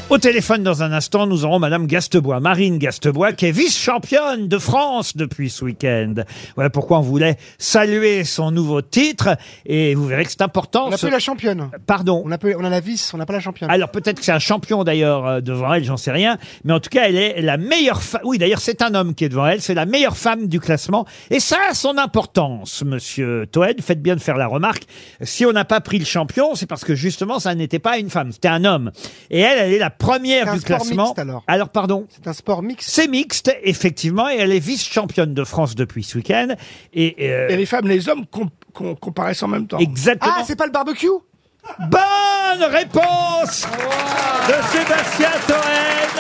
Au téléphone, dans un instant, nous aurons Madame Gastebois, Marine Gastebois, qui est vice-championne de France depuis ce week-end. Voilà pourquoi on voulait saluer son nouveau titre. Et vous verrez que c'est important. On n'a pas eu la championne. Pardon. On a la vice, on n'a pas la championne. Alors peut-être que c'est un champion d'ailleurs devant elle, j'en sais rien. Mais en tout cas, elle est la meilleure femme. Oui, d'ailleurs, c'est un homme qui est devant elle. C'est la meilleure femme du classement. Et ça a son importance, monsieur Toen. Faites bien de faire la remarque. Si on n'a pas pris le champion, c'est parce que justement, ça n'était pas une femme. C'était un homme. Et elle est la première du classement. Mixte, alors pardon. C'est un sport mixte. C'est mixte, effectivement, et elle est vice-championne de France depuis ce week-end. Et les femmes, les hommes comparaissent en même temps. Exactement. Ah, c'est pas le barbecue? Bonne réponse de Sébastien Toen.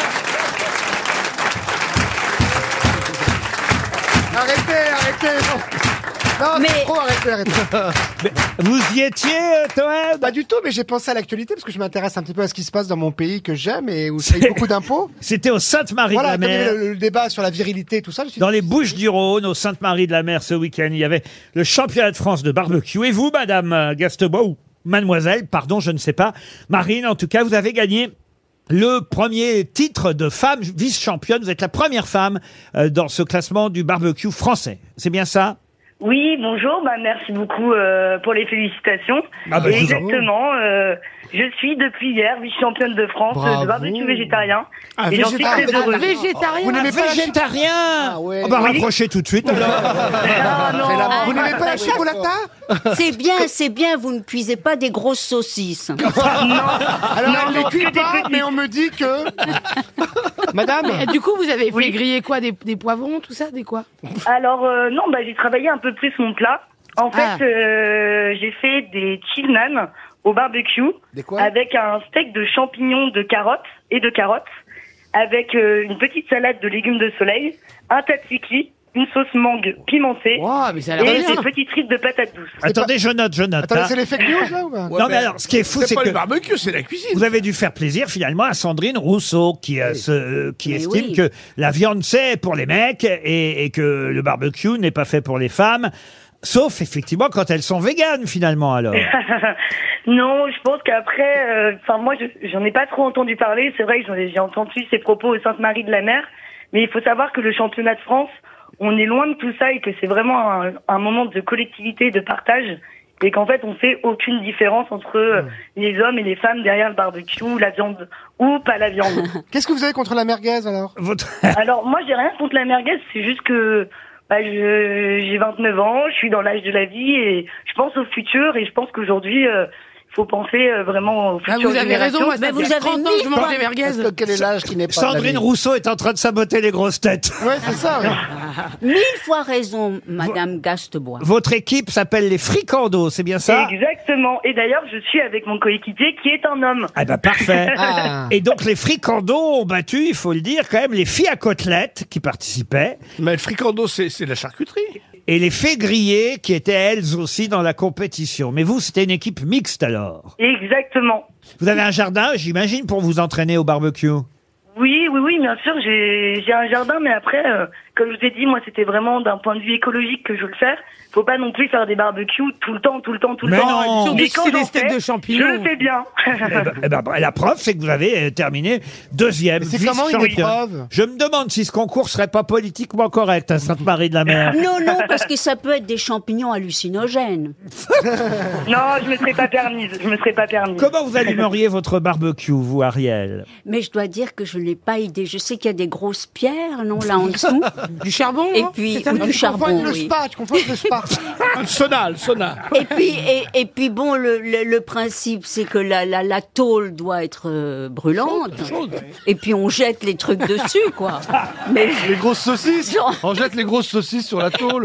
Arrêtez. Non, Mais- c'est trop, arrêtez. Mais vous y étiez, Toen? Pas du tout, mais j'ai pensé à l'actualité parce que je m'intéresse un petit peu à ce qui se passe dans mon pays que j'aime et où je paye beaucoup d'impôts. C'était au Voilà, comme il y Sainte-Marie-de-la-Mer. avait le débat sur la virilité, tout ça. Je me suis Dans dit, les Bouches-du-Rhône, au Sainte-Marie-de-la-Mer, ce week-end, il y avait le championnat de France de barbecue. Et vous, Madame Gastebois, ou Mademoiselle, pardon, je ne sais pas. Marine, en tout cas, vous avez gagné le premier titre de femme vice-championne. Vous êtes la première femme dans ce classement du barbecue français. C'est bien ça? Oui, bonjour, merci beaucoup pour les félicitations. Ah bah, Et je vous en- exactement, je suis depuis hier vice-championne de France Bravo. de barbecue végétarien. Ah, et j'en suis très heureuse. Vous n'aimez pas la Végétarien. Ah ouais. On va raccrocher tout de suite. alors. Non, Vous n'aimez pas la chipolata? C'est bien, vous ne cuisez pas des grosses saucisses. Alors, elle les cuit que des pas, petites. mais on me dit que... Madame, Et du coup, vous avez fait Oui. griller quoi, des poivrons, tout ça, des quoi? Alors, non, j'ai travaillé un peu plus mon plat. En Ah. fait, j'ai fait des cheese naan au barbecue Des quoi? avec un steak de champignons de carottes, avec une petite salade de légumes de soleil, un tzatziki, une sauce mangue pimentée Wow, mais ça a l'air et bien. des petites frites de patates douces. Attendez, je note. attendez, hein. c'est les fake news, là, ou pas? Non, mais alors, ce qui est fou, c'est pas que le barbecue, c'est la cuisine. vous avez dû faire plaisir finalement à Sandrine Rousseau qui Mais estime oui. que la viande c'est pour les mecs et que le barbecue n'est pas fait pour les femmes. Sauf effectivement quand elles sont véganes finalement alors. Non, je pense qu'après, moi, j'en ai pas trop entendu parler. C'est vrai que j'ai entendu ces propos au Sainte-Marie-de-la-Mer, mais il faut savoir que le championnat de France, on est loin de tout ça et que c'est vraiment un moment de collectivité, de partage, et qu'en fait, on fait aucune différence entre les hommes et les femmes derrière le barbecue, la viande ou pas la viande. Qu'est-ce que vous avez contre la merguez, alors? Votre... Alors, moi, j'ai rien contre la merguez, c'est juste que j'ai 29 ans, je suis dans l'âge de la vie et je pense au futur et je pense qu'aujourd'hui, il faut penser vraiment au Ah, futur. vous avez raison, moi, Mais ça vous fait avez 30 ans que je mis mange des merguez. Parce que quel est l'âge qui n'est pas... Sandrine Rousseau est en train de saboter les grosses têtes. Ouais, c'est ça, ouais. 1000 fois raison, Madame Gastebois. Votre équipe s'appelle les Fricandos, c'est bien ça? Exactement. Et d'ailleurs, je suis avec mon coéquipier qui est un homme. Ah bah parfait. Ah. Et donc les Fricandos ont battu, il faut le dire quand même, les filles à côtelettes qui participaient Mais le fricando, c'est de la charcuterie. et les fées grillées qui étaient elles aussi dans la compétition. Mais vous, c'était une équipe mixte alors. Exactement. Vous avez un jardin, j'imagine, pour vous entraîner au barbecue? Oui, bien sûr, j'ai un jardin, mais après, comme je vous ai dit, moi, c'était vraiment d'un point de vue écologique que je veux le faire. Faut pas non plus faire des barbecues tout le temps. Mais non. Surtout Mais si quand c'est des j'en steaks fais, de champignons. je le fais bien. La preuve, c'est que vous avez terminé deuxième. Mais c'est comment une vice-championne. épreuve? Je me demande si ce concours serait pas politiquement correct à Sainte-Marie-de-la-Mer. Non, parce que ça peut être des champignons hallucinogènes. Non, je me serais pas permise. Comment vous allumeriez votre barbecue, vous, Ariel? Mais je dois dire que je n'ai pas idée. Je sais qu'il y a des grosses pierres, non, là en dessous. Du charbon, Et non puis, C'est ça, ou non du Tu confonds charbon, avec le oui. spa, tu confonds avec le spa. Le sauna. Et puis bon, le principe, c'est que la tôle doit être brûlante. Et puis on jette les trucs dessus, quoi. Mais, Les grosses saucisses. Genre- On jette les grosses saucisses sur la tôle.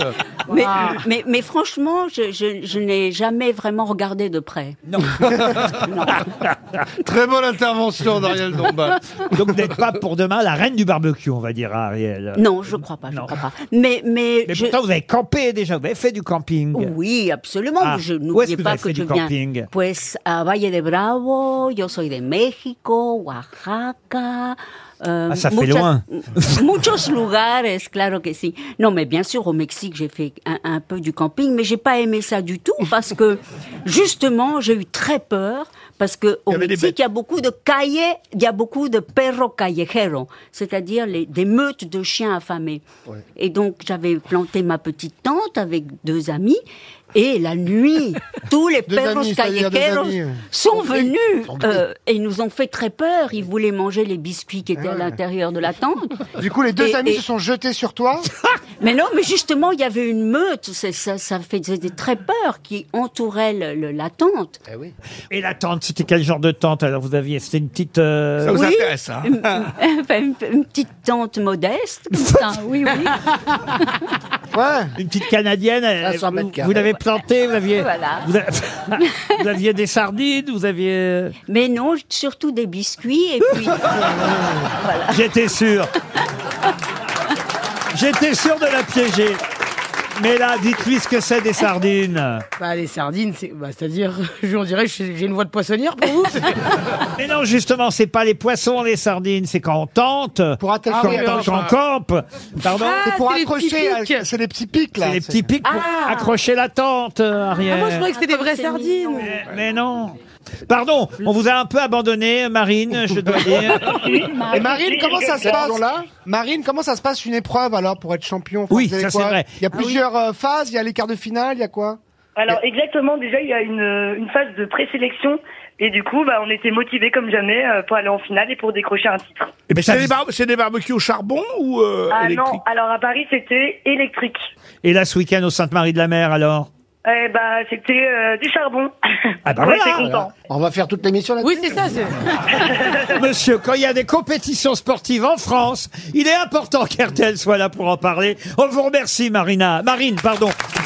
mais franchement, je n'ai jamais vraiment regardé de près. Non. Non. Très bonne intervention d'Ariel Dombal. Donc vous n'êtes pas pour demain la reine du barbecue, on va dire, Ariel. Non, je crois pas, Non. crois pas. Mais Mais pourtant, vous avez campé déjà, vous avez fait du camping. Oui, absolument. Ah, Je où est-ce n'oubliez que vous pas avez que fait je du viens. camping? Pues à Valle de Bravo, yo soy de México, Oaxaca. Ah, ça fait loin. Muchos lugares, claro que si. Non, mais bien sûr, au Mexique, j'ai fait un peu du camping, mais j'ai pas aimé ça du tout parce que, justement, j'ai eu très peur Parce que au Il y avait des Mexique, bêtes. il y a beaucoup de perros callejeros, c'est-à-dire des meutes de chiens affamés. Et donc, j'avais planté ma petite tente avec 2 amis. Et la nuit, tous les Deux perros amis, c'est-à-dire deux callejeros amis. sont venus et ils nous ont fait très peur. Ils voulaient manger les biscuits qui étaient à l'intérieur de la tente. Du coup, les 2 Et- amis et- se sont jetés sur toi. Mais non, mais justement, il y avait une meute. Ça faisait très peur qui entourait la tente. Et la tente, c'était quel genre de tente? Alors vous aviez, c'était une petite... Ça vous Oui. intéresse, hein Une petite tente modeste, comme ça. Oui, oui. Ouais. Une petite canadienne. 500 mètres carrés. Vous l'avez plantée, vous aviez... Voilà. Vous aviez des sardines, vous aviez... Mais non, surtout des biscuits et puis. J'étais sûr. J'étais sûr de la piéger. Mais là, dites-lui ce que c'est des sardines. Bah, les sardines, c'est-à-dire, on dirait que j'ai une voix de poissonnière pour vous. Mais non, justement, c'est pas les poissons, les sardines, c'est quand on tente, Pour attacher. quand on campe. Pardon. C'est pour c'est les petits accrocher. pics. C'est les petits pics là. C'est les petits pics pour accrocher la tente, Ariel. Moi, je croyais que c'était des vraies c'est sardines. mignon. Mais non. Pardon, on vous a un peu abandonné, Marine, je dois dire. Et Marine, comment ça se passe là Marine, comment ça se passe une épreuve alors pour être champion? Enfin, Oui, vous avez ça, quoi c'est vrai. Il y a plusieurs phases. Il y a les quarts de finale. Il y a quoi? Alors exactement, déjà il y a une phase de présélection et du coup on était motivés comme jamais pour aller en finale et pour décrocher un titre. Et puis ça- C'est des barbecues au charbon ou Ah électriques? non, alors à Paris c'était électrique. Et là, ce week-end au Sainte-Marie-de-la-Mer, alors C'était du charbon. Ah bah On voilà. était contents. On va faire toute l'émission là-dessus. Oui, c'est ça. Monsieur, quand il y a des compétitions sportives en France, il est important qu'RTL soit là pour en parler. On vous remercie, Marine, pardon.